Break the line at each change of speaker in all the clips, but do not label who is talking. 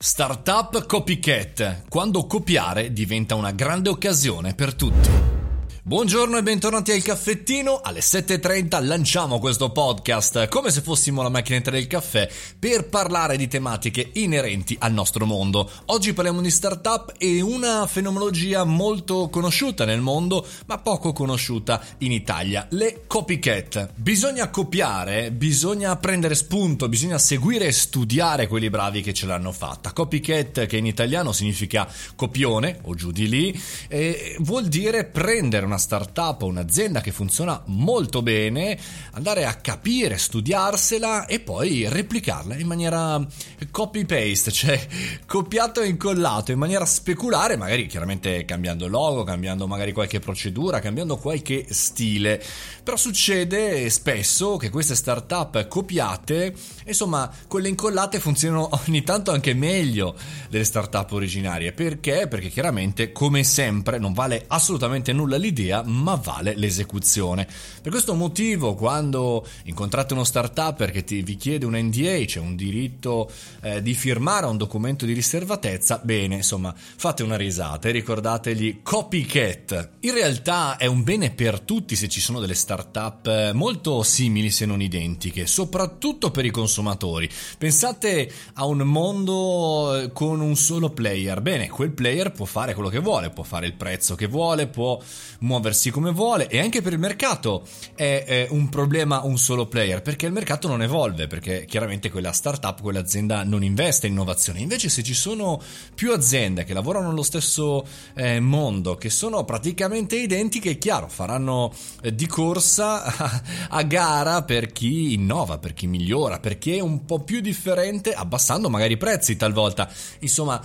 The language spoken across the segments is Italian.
Startup copycat, quando copiare diventa una grande occasione per tutti. Buongiorno e bentornati al caffettino. Alle 7:30 lanciamo questo podcast come se fossimo la macchinetta del caffè per parlare di tematiche inerenti al nostro mondo. Oggi parliamo di startup e una fenomenologia molto conosciuta nel mondo ma poco conosciuta in Italia, le copycat. Bisogna copiare, bisogna prendere spunto, bisogna seguire e studiare quelli bravi che ce l'hanno fatta. Copycat, che in italiano significa copione o giù di lì, vuol dire prendere una startup o un'azienda che funziona molto bene, andare a capire, studiarsela e poi replicarla in maniera copy-paste, cioè copiato e incollato in maniera speculare, magari chiaramente cambiando il logo, cambiando magari qualche procedura, cambiando qualche stile. Però succede spesso che queste startup copiate, insomma, quelle incollate funzionano ogni tanto anche meglio delle startup originarie. Perché? Perché chiaramente, come sempre, non vale assolutamente nulla l'idea, ma vale l'esecuzione. Per questo motivo, quando incontrate uno startupper che vi chiede un NDA, cioè un diritto di firmare un documento di riservatezza, bene, insomma, fate una risata e ricordategli copycat. In realtà è un bene per tutti se ci sono delle startup molto simili se non identiche, soprattutto per i consumatori. Pensate a un mondo con un solo player. Bene, quel player può fare quello che vuole, può fare il prezzo che vuole, può muoversi come vuole, e anche per il mercato è un problema un solo player, perché il mercato non evolve, perché chiaramente quella startup, quell'azienda non investe in innovazione. Invece se ci sono più aziende che lavorano nello stesso mondo, che sono praticamente identiche, è chiaro, faranno di corsa a gara per chi innova, per chi migliora, per chi è un po' più differente, abbassando magari i prezzi talvolta. Insomma,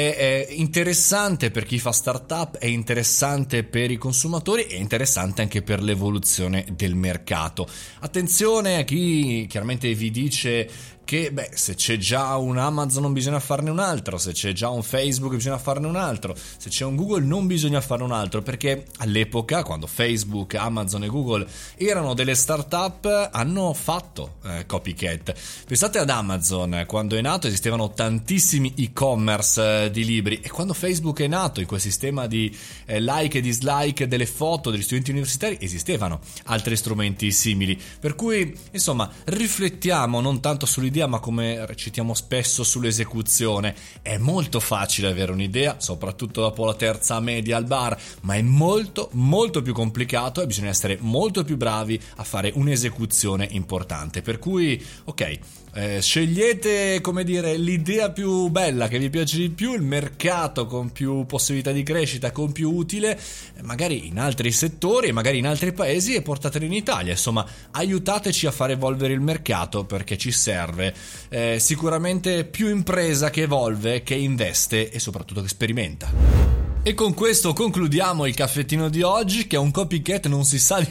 è interessante per chi fa startup, è interessante per i consumatori, è interessante anche per l'evoluzione del mercato. Attenzione a chi chiaramente vi dice che se c'è già un Amazon non bisogna farne un altro, se c'è già un Facebook bisogna farne un altro, se c'è un Google non bisogna farne un altro, perché all'epoca, quando Facebook, Amazon e Google erano delle startup, hanno fatto copycat. Pensate ad Amazon, quando è nato esistevano tantissimi e-commerce di libri, e quando Facebook è nato, in quel sistema di like e dislike delle foto degli studenti universitari, esistevano altri strumenti simili. Per cui, insomma, riflettiamo non tanto sull'idea, ma come recitiamo spesso sull'esecuzione. È molto facile avere un'idea, soprattutto dopo la terza media al bar, ma è molto molto più complicato e bisogna essere molto più bravi a fare un'esecuzione importante. Per cui, ok, scegliete, come dire, l'idea più bella che vi piace di più, il mercato con più possibilità di crescita, con più utile, magari in altri settori, magari in altri paesi, e portatelo in Italia. Insomma, aiutateci a far evolvere il mercato, perché ci serve sicuramente più impresa che evolve, che investe e soprattutto che sperimenta. E con questo concludiamo il caffettino di oggi, che è un copycat non si sa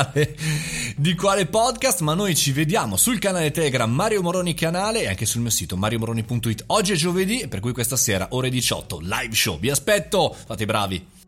di quale podcast, ma noi ci vediamo sul canale Telegram Mario Moroni Canale e anche sul mio sito mariomoroni.it. Oggi è giovedì, per cui questa sera ore 18 live show. Vi aspetto, fate i bravi.